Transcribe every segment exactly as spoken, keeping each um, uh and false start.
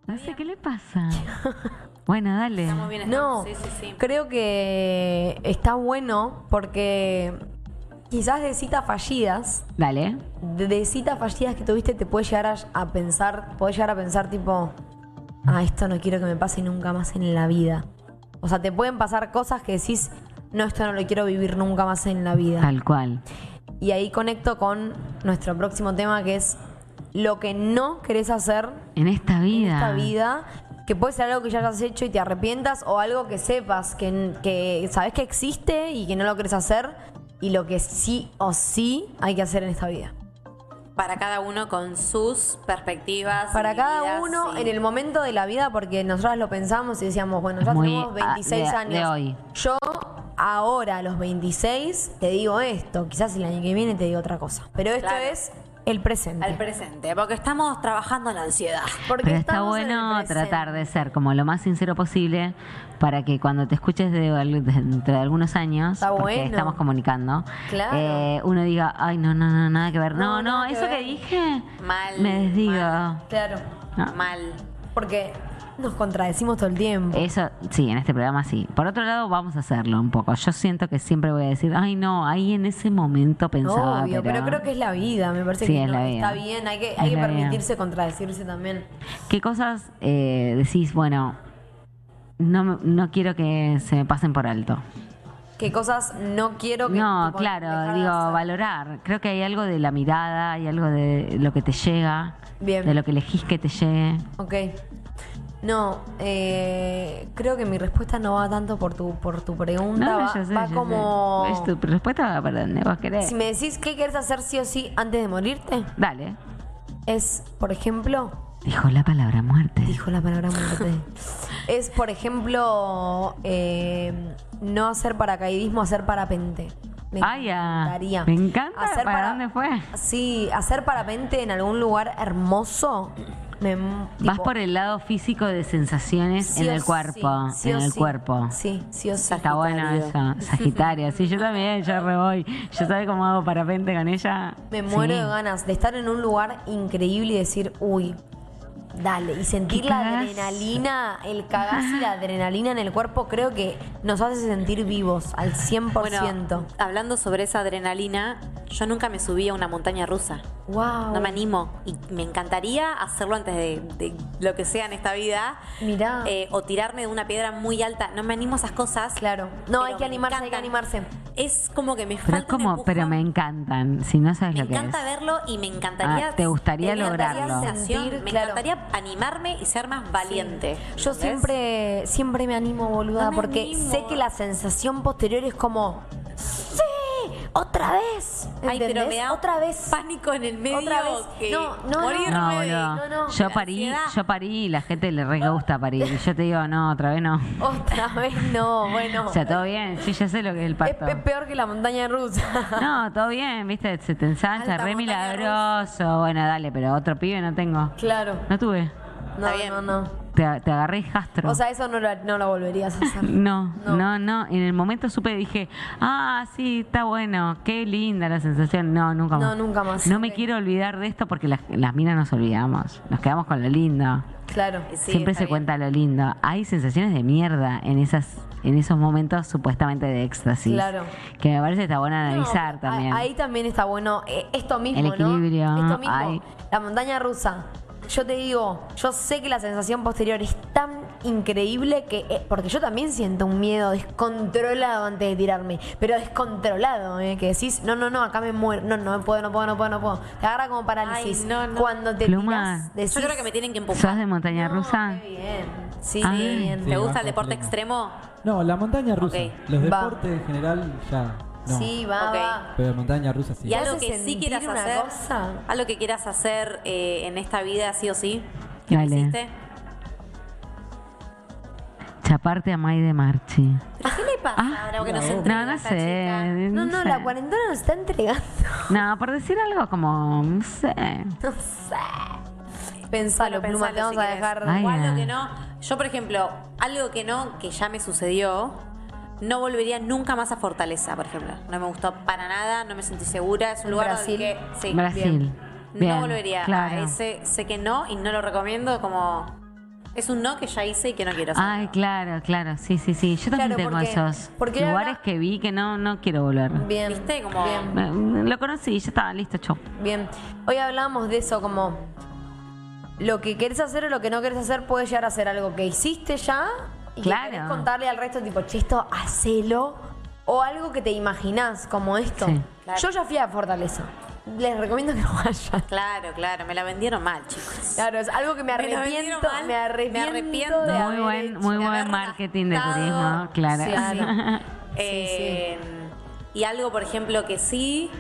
No sé qué le pasa. Bueno, dale. Estamos bien, No, estamos. Sí, sí, sí. creo que está bueno porque quizás de citas fallidas, Dale. de, de citas fallidas que tuviste, te puedes llegar a, a pensar, podés llegar a pensar tipo, ah, esto no quiero que me pase nunca más en la vida. O sea, te pueden pasar cosas que decís, no, esto no lo quiero vivir nunca más en la vida. Tal cual. Y ahí conecto con nuestro próximo tema, que es lo que no querés hacer En esta vida. en esta vida, que puede ser algo que ya hayas hecho y te arrepientas, o algo que sepas que, que sabes que existe y que no lo querés hacer, y lo que sí o sí hay que hacer en esta vida. Para cada uno con sus perspectivas. Para cada vividas, uno sí. en el momento de la vida, porque nosotros lo pensamos y decíamos, bueno, ya Muy, tenemos veintiséis ah, de- años. de hoy. Yo ahora a los veintiséis te digo esto, quizás el año que viene te digo otra cosa. Pero esto Claro. es el presente. Al presente, porque estamos trabajando en la ansiedad. Porque Pero está estamos en el bueno presente. tratar de ser como lo más sincero posible para que cuando te escuches de, de- dentro de algunos años, Está porque bueno. estamos comunicando, Claro. eh, uno diga, ay, no, no, no, nada que ver. No, No, no, nada que eso ver. que dije, Mal, me desdigo. mal. Claro. No. Mal. Porque nos contradecimos todo el tiempo. Eso, sí, en este programa sí. Por otro lado, vamos a hacerlo un poco. Yo siento que siempre voy a decir, ay, no, ahí en ese momento pensaba. Obvio, pero... creo que es la vida, me parece Sí, que es no, la vida. está bien, hay que, Es hay que la vida. permitirse contradecirse también. ¿Qué cosas eh, decís, bueno, no, me- no quiero que se me pasen por alto? ¿Qué cosas no quiero que No, tipo, claro, dejar de digo, hacer? valorar. Creo que hay algo de la mirada, hay algo de lo que te llega, Bien. de lo que elegís que te llegue. Ok. No, eh, creo que mi respuesta no va tanto por tu, por tu pregunta, No, va, yo sé, va yo como... sé. Es tu respuesta va para donde vos querés. Si me decís qué querés hacer sí o sí antes de morirte, Dale. es, por ejemplo, Dijo la palabra muerte. dijo la palabra muerte, es, por ejemplo, eh, no hacer paracaidismo, hacer parapente. Me Ay, ah, encantaría. me encanta. Hacer ¿Para para- dónde fue? Sí, hacer parapente en algún lugar hermoso. Me, Vas tipo, por el lado físico de sensaciones sí en o el sí, cuerpo. sí en o el sí. cuerpo. Sí, sí o sí. Está bueno eso. Sagitario. Sí, yo también, yo re voy. Yo sabes cómo hago parapente con ella. Me muero Sí. de ganas de estar en un lugar increíble y decir, uy, dale. Y sentir ¿Qué la cagazo? adrenalina, el cagazo y la adrenalina en el cuerpo, creo que nos hace sentir vivos al cien por ciento. Bueno, hablando sobre esa adrenalina, yo nunca me subí a una montaña rusa. Wow. No me animo. Y me encantaría hacerlo antes de, de lo que sea en esta vida. Mirá. Eh, o tirarme de una piedra muy alta. No me animo a esas cosas. Claro. No, pero hay que me animarse, hay que encantan. animarse. Es como que me Pero es falta un como, empujón. pero me encantan. Si no sabes Me lo que es. encanta verlo y me encantaría. Ah, ¿te gustaría me encantaría lograrlo? sensación, Sentir, me claro. encantaría animarme y ser más valiente. Yo ¿entendés? siempre, siempre me animo, boluda, No me porque animo. sé que la sensación posterior es como, ¡sí! ¡Otra vez! Ay, pero ¿Entendés? me da otra vez. pánico en el medio. Otra vez. que No, no, morirme. No, no, boludo. no, no. Yo La parí, ansiedad. yo parí y la gente le re gusta parir. Y yo te digo, no, otra vez no. Otra vez no, bueno. O sea, todo bien, sí, ya sé lo que es el es, parto. es peor que la montaña rusa. No, todo bien, viste, se te ensancha, Alta re montaña milagroso. Bueno, dale, pero otro pibe no tengo. Claro. No tuve. No, Está bien. no, no. Te, te agarré jastro. O sea, eso no lo, no lo volverías a hacer. No, No. no, no, En el momento supe, dije, ah, sí, está bueno, qué linda la sensación. No, nunca No, más. nunca más. No Ok. me quiero olvidar de esto porque las, las minas nos olvidamos. Nos quedamos con lo lindo. Claro. Sí, Siempre está se bien. cuenta lo lindo. Hay sensaciones de mierda en esas, en esos momentos supuestamente de éxtasis. Claro. Que me parece que está bueno analizar No, también. a- Ahí también está bueno eh, esto mismo, El ¿no? equilibrio, Esto mismo, ahí. la montaña rusa. Yo te digo, yo sé que la sensación posterior es tan increíble que... eh, porque yo también siento un miedo descontrolado antes de tirarme. Pero descontrolado, ¿eh? Que decís, no, no, no, acá me muero. No, no puedo, no puedo, no puedo, no puedo. Te agarra como parálisis. Ay, no, no. Cuando te Pluma. tirás, decís... Yo creo que me tienen que empujar. ¿Sos de montaña "No, rusa? qué bien. Sí, Ah. qué bien. ¿Te Sí, gusta banco el deporte pleno. extremo? No, la montaña rusa. Ok. Los Va. deportes en general ya. No. Sí, va, Ok. va. Pero montaña rusa sí. ¿Y algo hace que sí sentir quieras una hacer? cosa? ¿Algo que quieras hacer eh, en esta vida, sí o sí? ¿Qué no Dale. hiciste? Chaparte a May de Marchi. ¿Pero qué le pasa Ah, ahora que no se no, entrega No, no esta sé. chica? No, no, sé. la cuarentena nos está entregando. No, por decir algo como, no sé. No sé. Pensalo, Bueno, Pluma, pensalo te vamos si a querés. dejar. Ay, O algo ah. que no. Yo, por ejemplo, algo que no, que ya me sucedió, no volvería nunca más a Fortaleza, por ejemplo. No me gustó para nada, no me sentí segura. Es un ¿En lugar Brasil? donde que, sí, Brasil. no Bien, volvería claro. a ese, sé que no y no lo recomiendo como Es un no que ya hice y que no quiero hacer. Ay, claro, claro, sí, sí, sí. Yo también Claro, tengo porque- esos porque era lugares la- que vi que no, no quiero volver. Bien. ¿Viste? Como- Bien. Me- Lo conocí, ya estaba listo, chau. Bien. Hoy hablábamos de eso, como lo que querés hacer o lo que no querés hacer puede llegar a ser algo que hiciste ya y Claro. que querés contarle al resto, tipo, che, esto hacelo. O algo que te imaginás, como esto. Sí. Claro. Yo ya fui a Fortaleza. Les recomiendo que no vayan. Claro, claro, me la vendieron mal, chicos. Claro, es algo que me Me la arrepiento. vendieron mal, Me arrepiento. me arrepiento. de Muy haber buen, hecho. muy de buen haber marketing de gastado. turismo, claro. Sí, claro. Eh, Y algo, por ejemplo, que sí,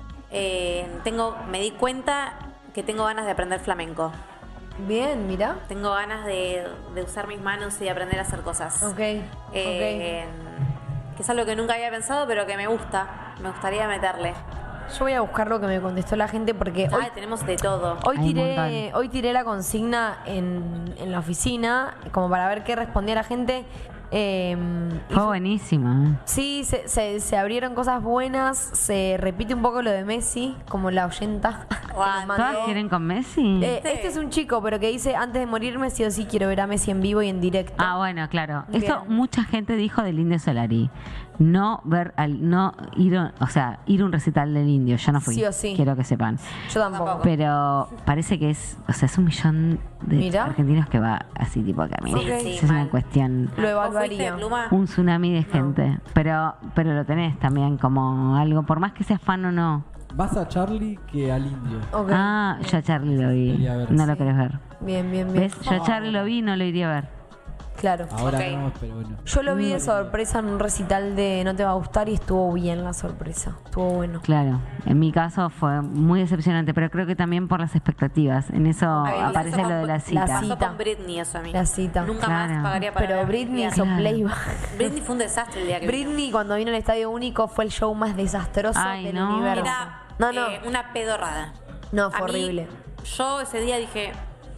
eh, tengo, me di cuenta que tengo ganas de aprender flamenco. Bien, mira. Tengo ganas de, de usar mis manos y de aprender a hacer cosas. Ok. Eh, Que es algo que nunca había pensado, pero que me gusta. Me gustaría meterle. ok. Yo voy a buscar lo que me contestó la gente porque hoy, Ay, tenemos de todo. hoy Hay un tiré, montón. hoy tiré la consigna en, en la oficina como para ver qué respondía la gente. Eh, y Fue buenísimo. Sí, se, se, se abrieron cosas buenas, se repite un poco lo de Messi, como la oyenta. que nos mandó. ¿Todas quieren con Messi? Eh, este es un chico, pero que dice, antes de morirme sí o sí quiero ver a Messi en vivo y en directo. Ah, bueno, claro. Bien. Esto mucha gente dijo del Indio Solari. No ver al, no ir, a- o sea, ir a un recital del Indio. Yo no fui. Sí o sí. Quiero que sepan. Yo tampoco. Pero parece que es, o sea, es un millón de Mira. argentinos que va así tipo a caminar. Sí, sí, es una mal. cuestión, Lo ¿Vos evaluaría. fuiste, Pluma? un tsunami de gente. Pero, pero lo tenés también como algo, por más que seas fan o no. Vas a Charlie que al indio. Ok. Ah, yo a Charlie lo vi. Quería ver. No lo Sí. querés ver. Bien, bien, bien. ¿Ves? Yo a Charlie lo vi y no lo iría a ver. Claro. Ahora Ok. no, pero bueno. Yo lo Mm. vi de sorpresa en un recital de No te va a gustar y estuvo bien la sorpresa. Estuvo bueno. Claro, en mi caso fue muy decepcionante, pero creo que también por las expectativas. En eso Ay, aparece pasó lo de con- la cita. la Pasó cita. con Britney eso a mí. La cita. Nunca Claro. más pagaría para Pero ver a Britney hizo Claro. playback. Britney fue un desastre el día que vino. Britney cuando vino al Estadio Único fue el show más desastroso Ay, del no. universo. Era no, no. eh, una pedorrada. No, fue A mí, horrible. Yo ese día dije,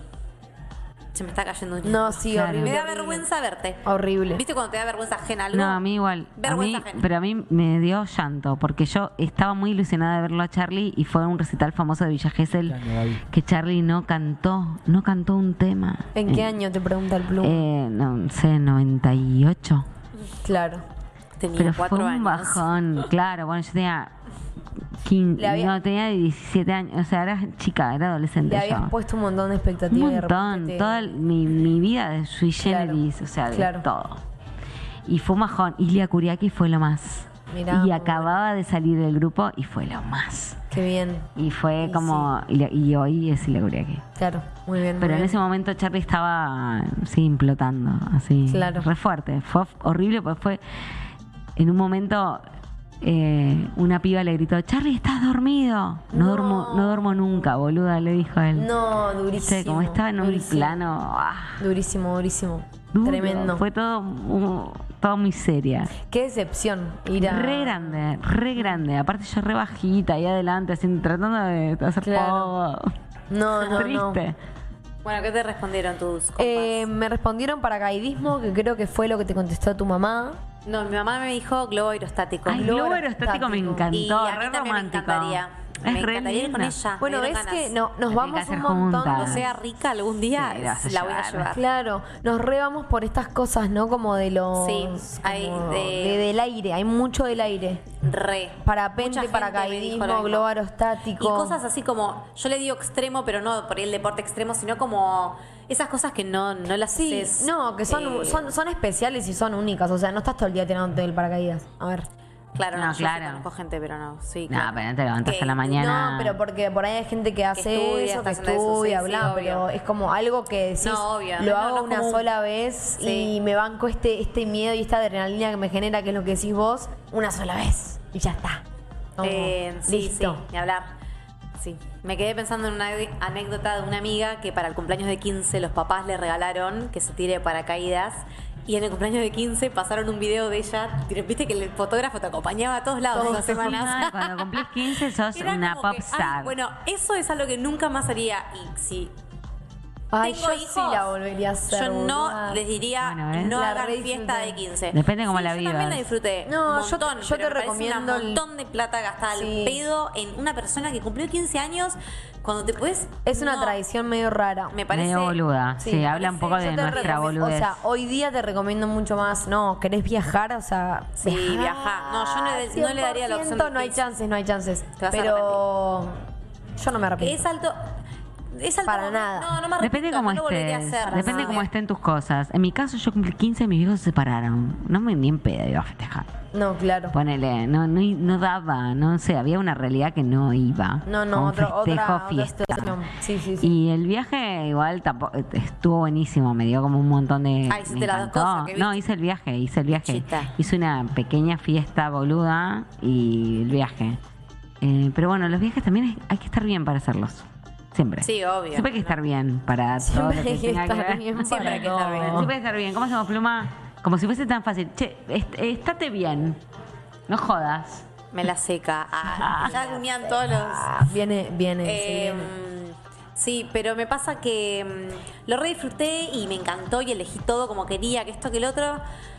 se me está cayendo un No, sí, Claro. horrible. Me da horrible. vergüenza verte. Horrible. ¿Viste cuando te da vergüenza ajena algo? No, a mí igual. A mí, Vergüenza ajena. pero a mí me dio llanto, porque yo estaba muy ilusionada de verlo a Charlie y fue un recital famoso de Villa Gesell ¿Qué año, Gaby? que Charlie no cantó, no cantó un tema. ¿En qué Eh, año te pregunta el Plum? Eh, no sé, noventa y ocho. Claro. Tenía Pero cuatro fue un años. bajón. Claro, bueno, yo tenía quince, Le había- no, tenía diecisiete años, o sea, era chica, era adolescente Le habías yo. puesto un montón de Un expectativas. y de montón, repente te- toda el- mi, mi vida de sui Claro, generis, o sea, de claro. todo. Y fue un bajón. Ilia Kuriaki fue lo más. Mirá, y muy acababa de salir del grupo y fue lo más. Qué bien. Y fue Y como. Y, y hoy es Ilia Kuriaki. Claro, muy bien. Pero muy en bien. ese momento Charlie estaba, sí, implotando, así. Claro. Re fuerte. Fue horrible porque fue. En un momento. eh, una piba le gritó: Charlie, ¿estás dormido? No, No. duermo, no duermo nunca, boluda, le dijo él. No, durísimo. Viste, como estaba en un durísimo, plano. ah, Durísimo, durísimo. duro. Tremendo. Fue todo, uh, todo muy seria. Qué decepción ir a... Re grande, re grande. Aparte yo re bajita ahí adelante, haciendo, tratando de hacer Claro. todo. No, no, no. Triste. Bueno, ¿qué te respondieron tus compas? Eh, me respondieron paracaidismo, que creo que fue lo que te contestó tu mamá. No, mi mamá me dijo globo aerostático. Ay, globo globo aerostático me aerostático. encantó, Y a mí re también me romántico. encantaría. Es me re encantaría ir con linda. ella. Bueno, me ves dieron que ganas. no, nos Hay que vamos hacer un montón. juntas. Cuando sea rica algún día, Sí, la vas a la voy a llevar. llevar. Claro, nos rebamos por estas cosas, ¿no? Como de los... Sí, hay como de- de- del aire, hay mucho del aire. Re. Parapente, Mucha gente me dijo paracaidismo, lo mismo. globo aerostático. Y cosas así como, yo le digo extremo, pero no por el deporte extremo, sino como esas cosas que no, no las Sí, haces. no, que son, eh, son, son especiales y son únicas. O sea, no estás todo el día tirándote del paracaídas. A ver. Claro, no, No, yo sí claro. conozco gente, pero no. Sí, No, claro. pero no te levantas Que- a la mañana. No, pero porque por ahí hay gente que hace estudia, eso, que está haciendo eso, estudia, sí, bla, sí, pero obvio. es como algo que decís, No, obvio, lo no, hago no es una como un- sola vez Sí. y me banco este, este miedo y esta adrenalina que me genera, que es lo que decís vos, una sola vez y ya está. Como, Eh, sí, listo. sí, ni hablar. Sí. Me quedé pensando en una anécdota de una amiga que para el cumpleaños de quince los papás le regalaron que se tire de paracaídas. Y en el cumpleaños de quince pasaron un video de ella. Viste que el fotógrafo te acompañaba a todos lados Todos esas semanas. Ah, cuando cumplís quince sos Era una como que, popstar. ay, bueno, eso es algo que nunca más haría. Y si Ay, tengo yo hijos, sí la volvería a hacer, yo no boluda. les diría Bueno, ¿ves? no La hagan re fiesta de disfruté. quince. Depende cómo Sí, la yo también vivas. la disfruté. No, un yo te- montón, yo pero te me parece recomiendo un el- montón de plata gastada Sí. al pedo en una persona que cumplió quince años cuando te puedes. Es una no, tradición medio rara. Me parece. Medio boluda. Sí, Sí, habla un poco parece- de Yo te nuestra recomiendo- boludez. O sea, hoy día te recomiendo mucho más. No, ¿querés viajar? O sea, Sí, viajar. No, yo no le- no le daría la opción cien por ciento. de No hay quince. chances, no hay chances. Te vas a Pero yo no me arrepiento. Es alto. Es alto. Para nada. No, no me Depende arrepiento, cómo no lo volvería a estés. hacer. Depende No. cómo estén tus cosas. En mi caso, yo cumplí quince y mis viejos se separaron. No me ni en pedo iba a festejar. No, claro. Ponele, no, no, no daba, no sé, había una realidad que no iba. No, no, Con otro, festejo, otra, otra fiesta. situación. Sí, sí, sí. Y el viaje igual tampoco, estuvo buenísimo, me dio como un montón de... Ah, hiciste me las dos encantó. cosas que No, viste. hice el viaje, hice el viaje. Chita. Hice una pequeña fiesta boluda y el viaje. Eh, pero bueno, los viajes también es- hay que estar bien para hacerlos. Siempre. Sí, obvio. Siempre hay que estar bien para todo Siempre lo que hay que tenga que estar ver. bien Siempre para hay que estar todo. bien. Siempre hay que estar bien. ¿Cómo hacemos, Pluma? Como si fuese tan fácil. Che, est- estate bien. No jodas. Me la seca. Ah, ya unían todos los. Ah, viene, viene, sí, Eh, viene. sí, pero me pasa que mm, lo re disfruté y me encantó y elegí todo como quería, que esto, que el otro.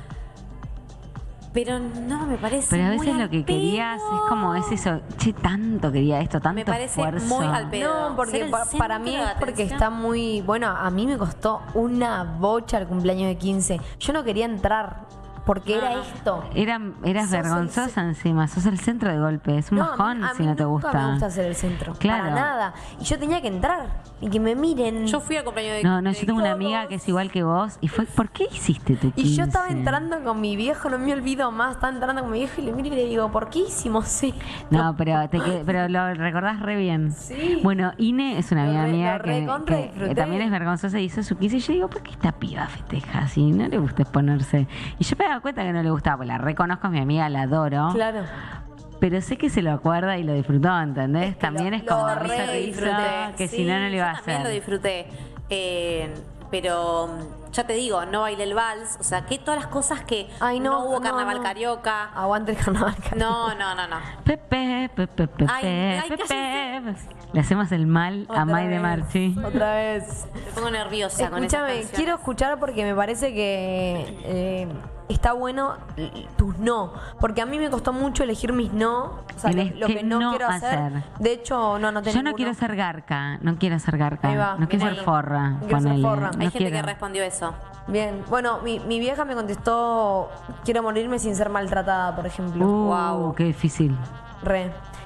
Pero no, me parece. Pero a muy veces al lo que querías pedo. es como es eso. Che, tanto quería esto, tanto Me parece esfuerzo. muy al pedo. No, porque Ser el pa- para centro mí de es porque atención. está muy... Bueno, a mí me costó una bocha el cumpleaños de quince. Yo no quería entrar porque era No. esto. Era, eras Sos el vergonzosa encima, sos el centro de golpe. Es un No, a mí- bajón a mí si no te nunca gusta. me gusta ser el centro. Claro. Para nada. Y yo tenía que entrar y que me miren. Yo fui al cumpleaños de No, no, de yo tengo una todos. amiga que es igual que vos y fue, ¿por qué hiciste tu quince? Y yo estaba entrando con mi viejo, no me olvido más, estaba entrando con mi viejo y le miro y le digo, ¿por qué hicimos esto? No, pero te qued- pero lo recordás re bien. Sí. Bueno, Ine es una Lo amiga re- mía lo que, recontra que- disfruté. que también es vergonzosa y hizo su quince. Y yo digo, ¿por qué esta piba festeja así? No le gusta exponerse. Y yo me daba cuenta que no le gustaba, porque la reconozco, es mi amiga, la adoro. Claro. Pero sé que se lo acuerda y lo disfrutó, ¿entendés? Es que También lo- es como lo me hizo re reír, disfruté. que si Sí, no, no le iba a yo también hacer. lo disfruté. Eh, pero mm, ya te digo, no bailé el vals. O sea, que todas las cosas que Ay, no, hubo no, carnaval no. carioca. Aguante el carnaval. No, no, no, no. Pepe, Pepe, Pepe, Ay, ay, Pepe. Le hacemos el mal a Otra May de vez, Marchi. Otra vez. Me pongo nerviosa con esas Escúchame, canciones. quiero escuchar porque me parece que eh, está bueno tus no. Porque a mí me costó mucho elegir mis no. O sea, lo, Tenés lo que que no, no quiero hacer. hacer. De hecho, no, no tengo Yo no ninguno. quiero ser garca, no quiero ser garca, Ahí va, no quiero bien ser ahí. forra, No quiero ser ponele. forra. Hay No gente quiero. que respondió eso. Bien. Bueno, mi, mi vieja me contestó, quiero morirme sin ser maltratada, por ejemplo. Uh, Guau. qué difícil. Re.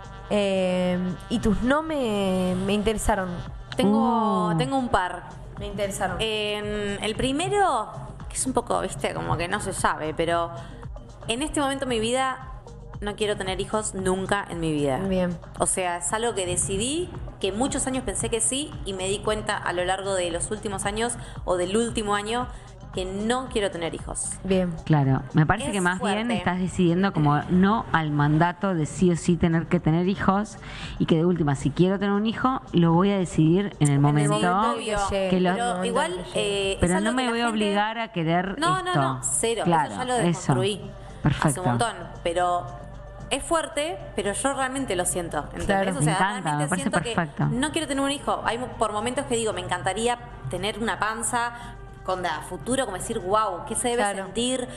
Eh, y tus no me, me interesaron. Tengo, Uh. tengo un par. Me interesaron. En el primero, que es un poco, viste, como que no se sabe, pero en este momento de mi vida no quiero tener hijos nunca en mi vida. Bien. O sea, es algo que decidí, que muchos años pensé que sí, y me di cuenta a lo largo de los últimos años o del último año que no quiero tener hijos. Bien. Claro, me parece Es que más bien fuerte. estás decidiendo como no al mandato de sí o sí tener que tener hijos y que de última, si quiero tener un hijo, lo voy a decidir en el momento. momento Obvio, que que lo- pero igual eh, es Pero algo no que me la voy a gente- obligar a querer No, esto. no, no, cero. Claro, eso ya lo eso. desconstruí hace Perfecto. un montón. Pero es fuerte, pero yo realmente lo siento. ¿Entendés? Claro. O Me sea, encanta, realmente me parece siento perfecto. que no quiero tener un hijo. Hay mo- por momentos que digo, me encantaría tener una panza con a futuro, como decir, wow, ¿qué se debe Claro. sentir?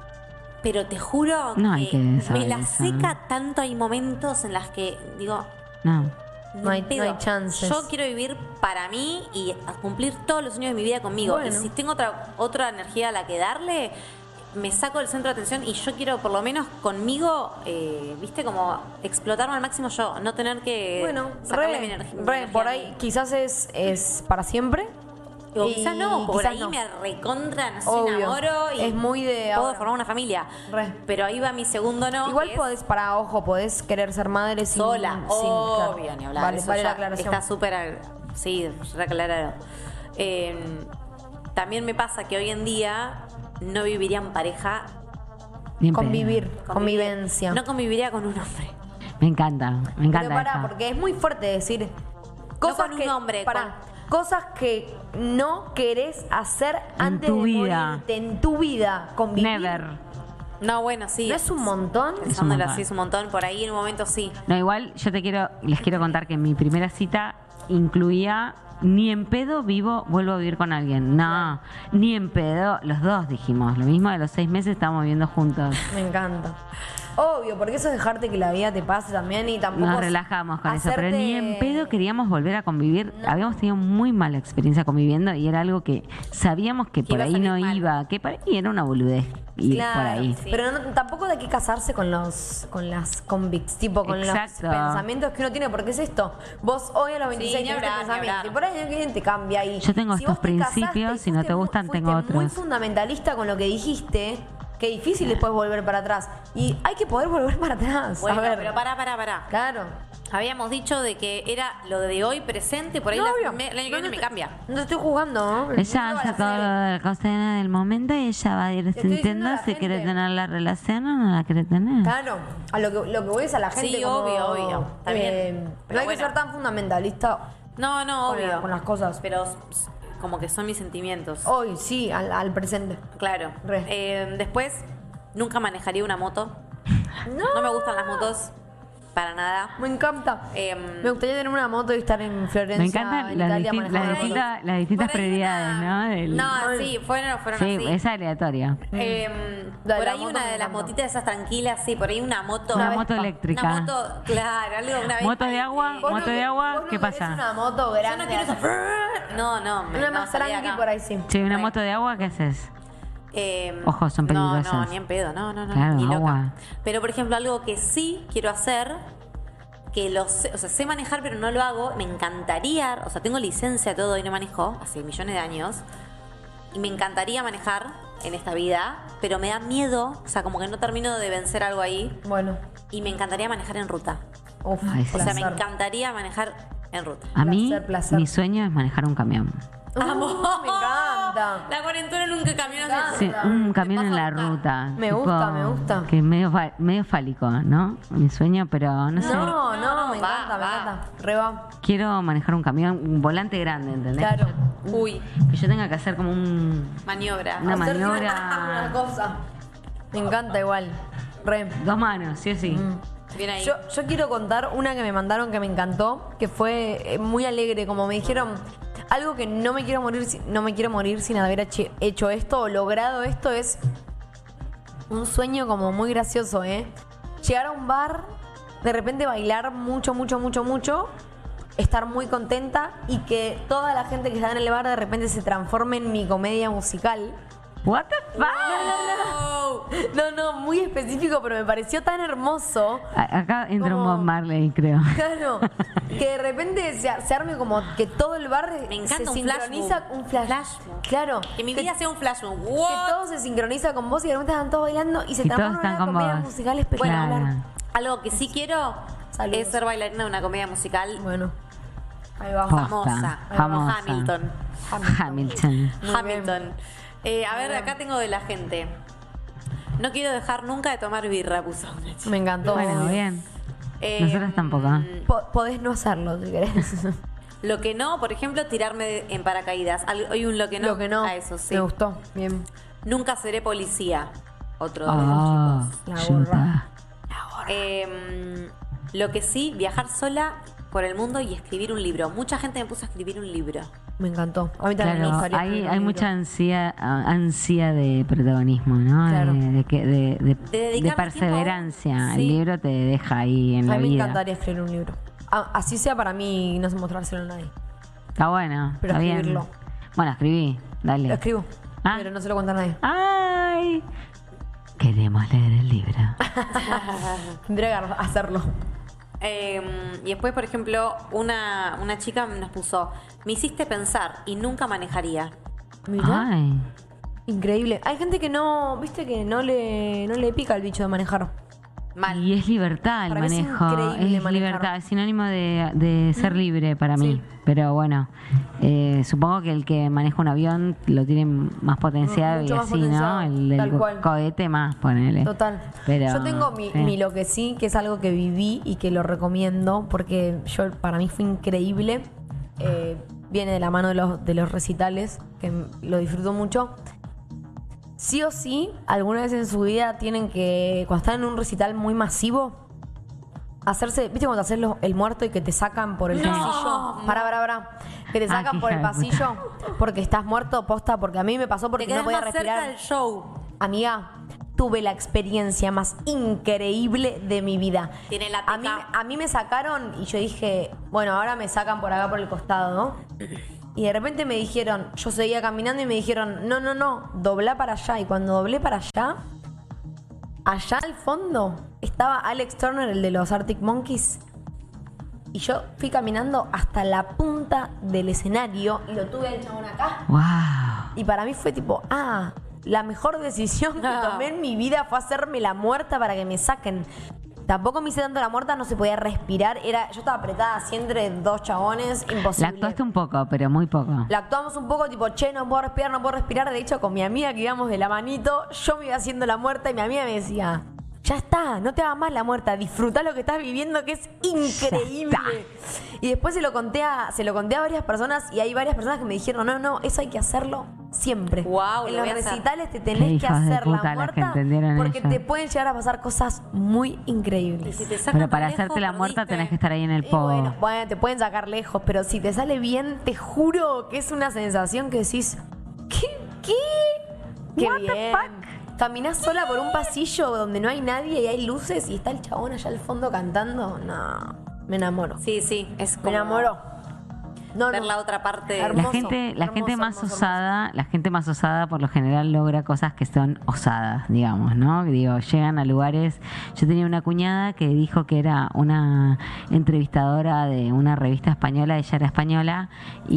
Pero te juro No hay que me saber la eso. seca tanto. Hay momentos en las que digo, No. No hay- ni pedo. no hay chances. Yo quiero vivir para mí y a cumplir todos los sueños de mi vida conmigo. Bueno. Y si tengo otra, otra energía a la que darle, me saco del centro de atención y yo quiero por lo menos conmigo, eh, viste, como explotarme al máximo yo, no tener que Bueno, sacarle re, mi, energi- mi re, energía por a ahí mí. quizás es, es para siempre. O y quizás no, por quizás ahí no. me recontra, no sé, Obvio. enamoro y Es muy de puedo ahora. formar una familia. Re. Pero ahí va mi segundo no. Igual que es podés, para ojo, podés querer ser madre sin... sola, sin- obvio, claro. ni hablar. Vale, eso vale ya la aclaración. está súper, al- sí, reclarado. Eh, también me pasa que hoy en día no viviría en pareja. Bien pedo. Convivir, convivir- convivencia. No conviviría con un hombre. Me encanta, me Pero encanta. pará, esta. porque es muy fuerte decir cosas con un que, hombre, pará, cosas que no querés hacer antes tu de vida. morirte en tu vida. Convivir. Never. No, bueno, sí. ¿No es un montón? Pensándolo montón. así, es un montón. Por ahí en un momento sí. No, igual yo te quiero, les quiero contar que mi primera cita incluía ni en pedo vivo, vuelvo a vivir con alguien. No, ni en pedo, los dos dijimos. Lo mismo de los seis meses estamos viviendo juntos. Me encanta. Obvio, porque eso es dejarte que la vida te pase también y tampoco... Nos relajamos con eso, pero hacerte- ni en pedo queríamos volver a convivir. Habíamos tenido muy mala experiencia conviviendo y era algo que sabíamos que Que por iba a ahí salir no mal. iba, que para mí era una boludez ir Claro, por ahí. sí. Pero no- tampoco hay que casarse con los con las convicts, tipo con Exacto. los pensamientos que uno tiene, porque es esto. Vos hoy a los veintiséis ni tenés este hablar, ni pensamiento hablar. y por ahí el cliente cambia y Yo tengo si estos vos te casaste principios, y si no te fuiste mu- gustan, fuiste tengo muy otros. fundamentalista con lo que dijiste, que difícil después volver para atrás. Y hay que poder volver para atrás. Bueno, a ver. pero pará, pará, pará. Claro. Habíamos dicho de que era lo de hoy presente, por ahí No, la- obvio. me- el año que No, viene no me te- cambia. No te estoy jugando, ¿no? Ella No hace la todo serie. lo de la cosa del momento y ella va a ir estoy diciendo sintiendo a la si quiere gente. tener la relación o no la quiere tener. Claro, a lo que, lo que voy es a la gente Sí, como, obvio, obvio. Está bien. eh, no Pero hay bueno. que ser tan fundamentalista. No, no, Con la- obvio. con las cosas. Pero s- como que son mis sentimientos. Hoy, sí, al, al presente. Claro. Re. Eh, después, nunca manejaría una moto. No. No me gustan las motos. Para nada. Me encanta. Em, Me gustaría tener una moto y estar en Florencia, Me encantan en las, Italia, disti- manejando las una moto. distintas, las distintas por ahí prioridades, una- ¿no? Del- No, sí, fueron, fueron sí, así. es aleatoria. Em, La de por la ahí moto una me de las encanta. motitas esas tranquilas, sí, por ahí una moto. Una Vespa. moto eléctrica. Una moto, claro, algo una vez. Moto de agua, Vos moto no de querés- agua, vos no ¿qué querés pasa? una moto Yo grande. no quiero eso. No, no, me Una no, más salí de tranqui acá. por ahí, sí. Che, una Re. moto de agua, ¿qué haces? Em, Ojo, son No, no, peligrosas. ni en pedo, no, no, no. Claro, ni loca. agua. Pero, por ejemplo, algo que sí quiero hacer, que lo sé, o sea, sé manejar, pero no lo hago, me encantaría, o sea, tengo licencia todo y no manejo, hace millones de años, y me encantaría manejar en esta vida, pero me da miedo, o sea, como que no termino de vencer algo ahí, Bueno. y me encantaría manejar en ruta. Uf, Ay, sí. O sea, me placer. encantaría manejar en ruta. A mí, Placer, placer. mi sueño es manejar un camión. Uh, me encanta. La cuarentena nunca caminó hacia Sí, un camión Te en paso la a buscar. ruta. Me gusta, me gusta. Que es medio, fa- medio fálico, ¿no? Mi sueño, pero no sé. No, no, No, me va, encanta, me va. encanta. Re va. Quiero manejar un camión, un volante grande, ¿entendés? Claro. Uy, Que yo tenga que hacer como un... maniobra. Una Hacer maniobra- Una cosa. Me encanta igual. Re. Dos manos, sí o sí. Bien ahí. Yo, yo quiero contar una que me mandaron que me encantó, que fue eh, muy alegre, como me dijeron, algo que no me quiero morir, si- no me quiero morir sin haber hecho, hecho esto o logrado esto es un sueño como muy gracioso, ¿eh? Llegar a un bar, de repente bailar mucho, mucho, mucho, mucho, estar muy contenta y que toda la gente que está en el bar de repente se transforme en mi comedia musical. What the fuck? No, no, muy específico, pero me pareció tan hermoso. A- Acá entra un Como- Bob Marley, creo. Claro, que de repente se, se arme como que todo el bar Me encanta se un sincroniza. flashmob. Un flash. Flashmob. Claro. Que mi que, vida sea un flashmob. que What? todo se sincroniza con vos y de repente están todos bailando y se Y todos transforma en están una con comedia vos. musical espectacular. Claro. Algo que sí quiero Saludos. es ser bailarina de una comedia musical Bueno, ahí va. Posta, famosa. famosa. Hamilton. Hamilton. Muy Hamilton. Eh, a ver, acá tengo de la gente. No quiero dejar nunca de tomar birra, puso una chica. Me encantó. Bueno, bien. Eh, Nosotras tampoco. Po- podés no hacerlo si querés. Lo que no, por ejemplo, tirarme de- en paracaídas. Al- Hoy un lo que no. Lo que no. A eso sí. Me gustó. Bien. Nunca seré policía. Otro de los Oh, chicos. La chuta. Eh, lo que sí, viajar sola por el mundo y escribir un libro. Mucha gente me puso a escribir un libro. Me encantó. A mí también me Claro, gustaría. hay, escribir un hay libro. mucha ansia, ansia de protagonismo, ¿no? Claro. De, de, que- de- de- dedicarle de perseverancia. tiempo. El Sí. libro te deja ahí en A la mí me vida. encantaría escribir un libro. A- así sea para mí no sé mostrárselo a nadie. Está bueno, Pero está bien. escribirlo. Bueno, escribí, dale. Lo escribo. Ah. Pero no se lo cuento a nadie. ¡Ay! Queremos leer el libro. Tendría que hacerlo. Eh, y después, por ejemplo, una, una chica nos puso, me hiciste pensar y nunca manejaría. Mirá. Ay. Increíble. Hay gente que no, viste que no le, no le pica el bicho de manejar. Mal. Y es libertad el Para mí es manejo. increíble Es manejar. libertad, es sinónimo de, de ser libre para mí. Sí. Pero bueno, eh, supongo que el que maneja un avión lo tiene más potenciado Mucho y más así, potenciado, ¿no? El del tal cual. cohete más, ponele. Total. Pero, yo tengo mi, sí. mi lo que sí, que es algo que viví y que lo recomiendo porque yo para mí fue increíble. Eh, viene de la mano de los, de los recitales, que m- lo disfruto mucho. Sí o sí, alguna vez en su vida tienen que, cuando están en un recital muy masivo, hacerse, ¿viste cuando haces lo- el muerto y que te sacan por el No. pasillo? Pará, pará, pará. Que te Ah, sacan qué por el hija de puta. pasillo porque estás muerto, posta, porque a mí me pasó porque Te no quedás podía más cerca respirar. del show. Amiga, tuve la experiencia más increíble de mi vida. Tiene la a mí, teca. a mí me sacaron y yo dije, bueno, ahora me sacan por acá por el costado, ¿no? Y de repente me dijeron, yo seguía caminando y me dijeron, no, no, no, dobla para allá. Y cuando doblé para allá, allá al fondo estaba Alex Turner, el de los Arctic Monkeys. Y yo fui caminando hasta la punta del escenario y lo tuve al chabón acá. Wow. Y para mí fue tipo, ah, la mejor decisión que Ah. tomé en mi vida fue hacerme la muerta para que me saquen. Tampoco me hice tanto la muerta, no se podía respirar. Era, yo estaba apretada así entre dos chabones, imposible. La actuaste un poco, pero muy poco. La actuamos un poco tipo, che, no puedo respirar, no puedo respirar. De hecho, con mi amiga que íbamos de la manito, yo me iba haciendo la muerta y mi amiga me decía, ya está, no te hagas más la muerta, disfrutá lo que estás viviendo, que es increíble. Y después se lo conté a, se lo conté a varias personas y hay varias personas que me dijeron, no, no, eso hay que hacerlo siempre. Guau, en lo los voy a hacer. recitales te Qué tenés que hijos de hacer puta la los que muerta entendieron porque eso. te pueden llegar a pasar cosas muy Y increíbles. si te sacan Pero para tan lejos, hacerte la muerta perdiste. tenés que estar ahí en el Y pogo. bueno, bueno, te pueden sacar lejos, pero si te sale bien, te juro que es una sensación que decís, ¿qué? ¿Qué? ¡Qué What the bien! fuck? Caminás sola por un pasillo donde no hay nadie y hay luces y está el chabón allá al fondo cantando. No, me enamoro. Sí, sí, es Me como enamoró. No, ver no. la otra parte. Hermoso, La gente, la gente hermoso, más hermoso, osada, la gente más osada por lo general logra cosas que son osadas, digamos, ¿no? Digo, llegan a lugares. Yo tenía una cuñada que dijo que era una entrevistadora de una revista española, ella era española,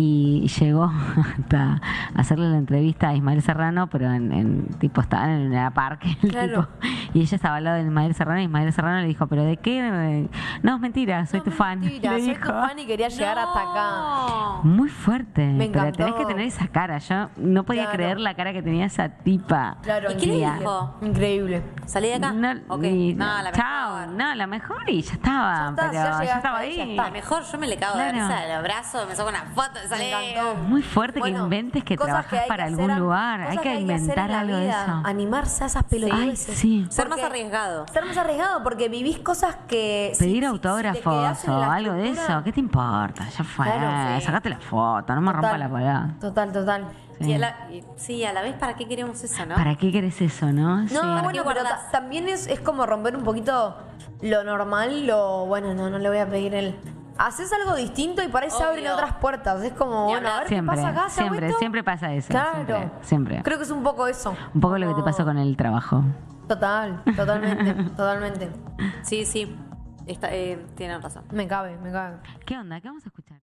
y llegó hasta hacerle la entrevista a Ismael Serrano, pero en, en tipo estaban en la parque el Claro. tipo, y ella estaba al lado de Ismael Serrano, y Ismael Serrano le dijo, ¿pero de qué? No, es mentira, soy No, tu fan. mentira, le soy dijo. tu fan y quería llegar hasta acá. No. Muy fuerte. Me pero encantó. tenés que tener esa cara. Yo no podía Claro. creer la cara que tenía esa tipa. Claro, ¿Y qué le increíble. dijo? Increíble. ¿Salí de acá? No, Ok. y- No, la chao. mejor. No, la mejor y ya estaba. Ya está, pero ya ya, llegaste estaba ahí, ya ahí. está. La mejor, yo me le cago Claro. de risa del abrazo, me saco una foto, salí. Me encantó. Muy fuerte Bueno, que inventes que cosas trabajas hay para que algún hacer- lugar. cosas Hay que hacer inventar en la algo de vida. eso. Animarse a esas Ay, pelotudeces. sí. Ser más Porque- arriesgado. Ser más arriesgado porque vivís cosas que... si- Pedir si- si te autógrafos quedás en o la algo de estructura- eso. ¿Qué te importa? Ya fue. Claro, sí. Sacate la foto. No me rompa la palabra. Total, total. Y a la, y- sí, a la vez, ¿para qué queremos eso, no? ¿Para qué querés eso, no? No, Sí. bueno, qué pero guardás? ta- también es, es como romper un poquito lo normal, lo... Bueno, no, no le voy a pedir el... Haces algo distinto y por ahí se Obvio. abren otras puertas. Es como, Ni bueno, a hablar. ver Siempre, qué pasa acá. ¿se ha siempre, vuelto? siempre pasa eso. Claro. Siempre, siempre. Creo que es un poco eso. Un poco lo que te Como- pasó con el trabajo. Total, totalmente, totalmente. Sí, sí. Está, eh, tienen razón. Me cabe, me cabe. ¿Qué onda? ¿Qué vamos a escuchar?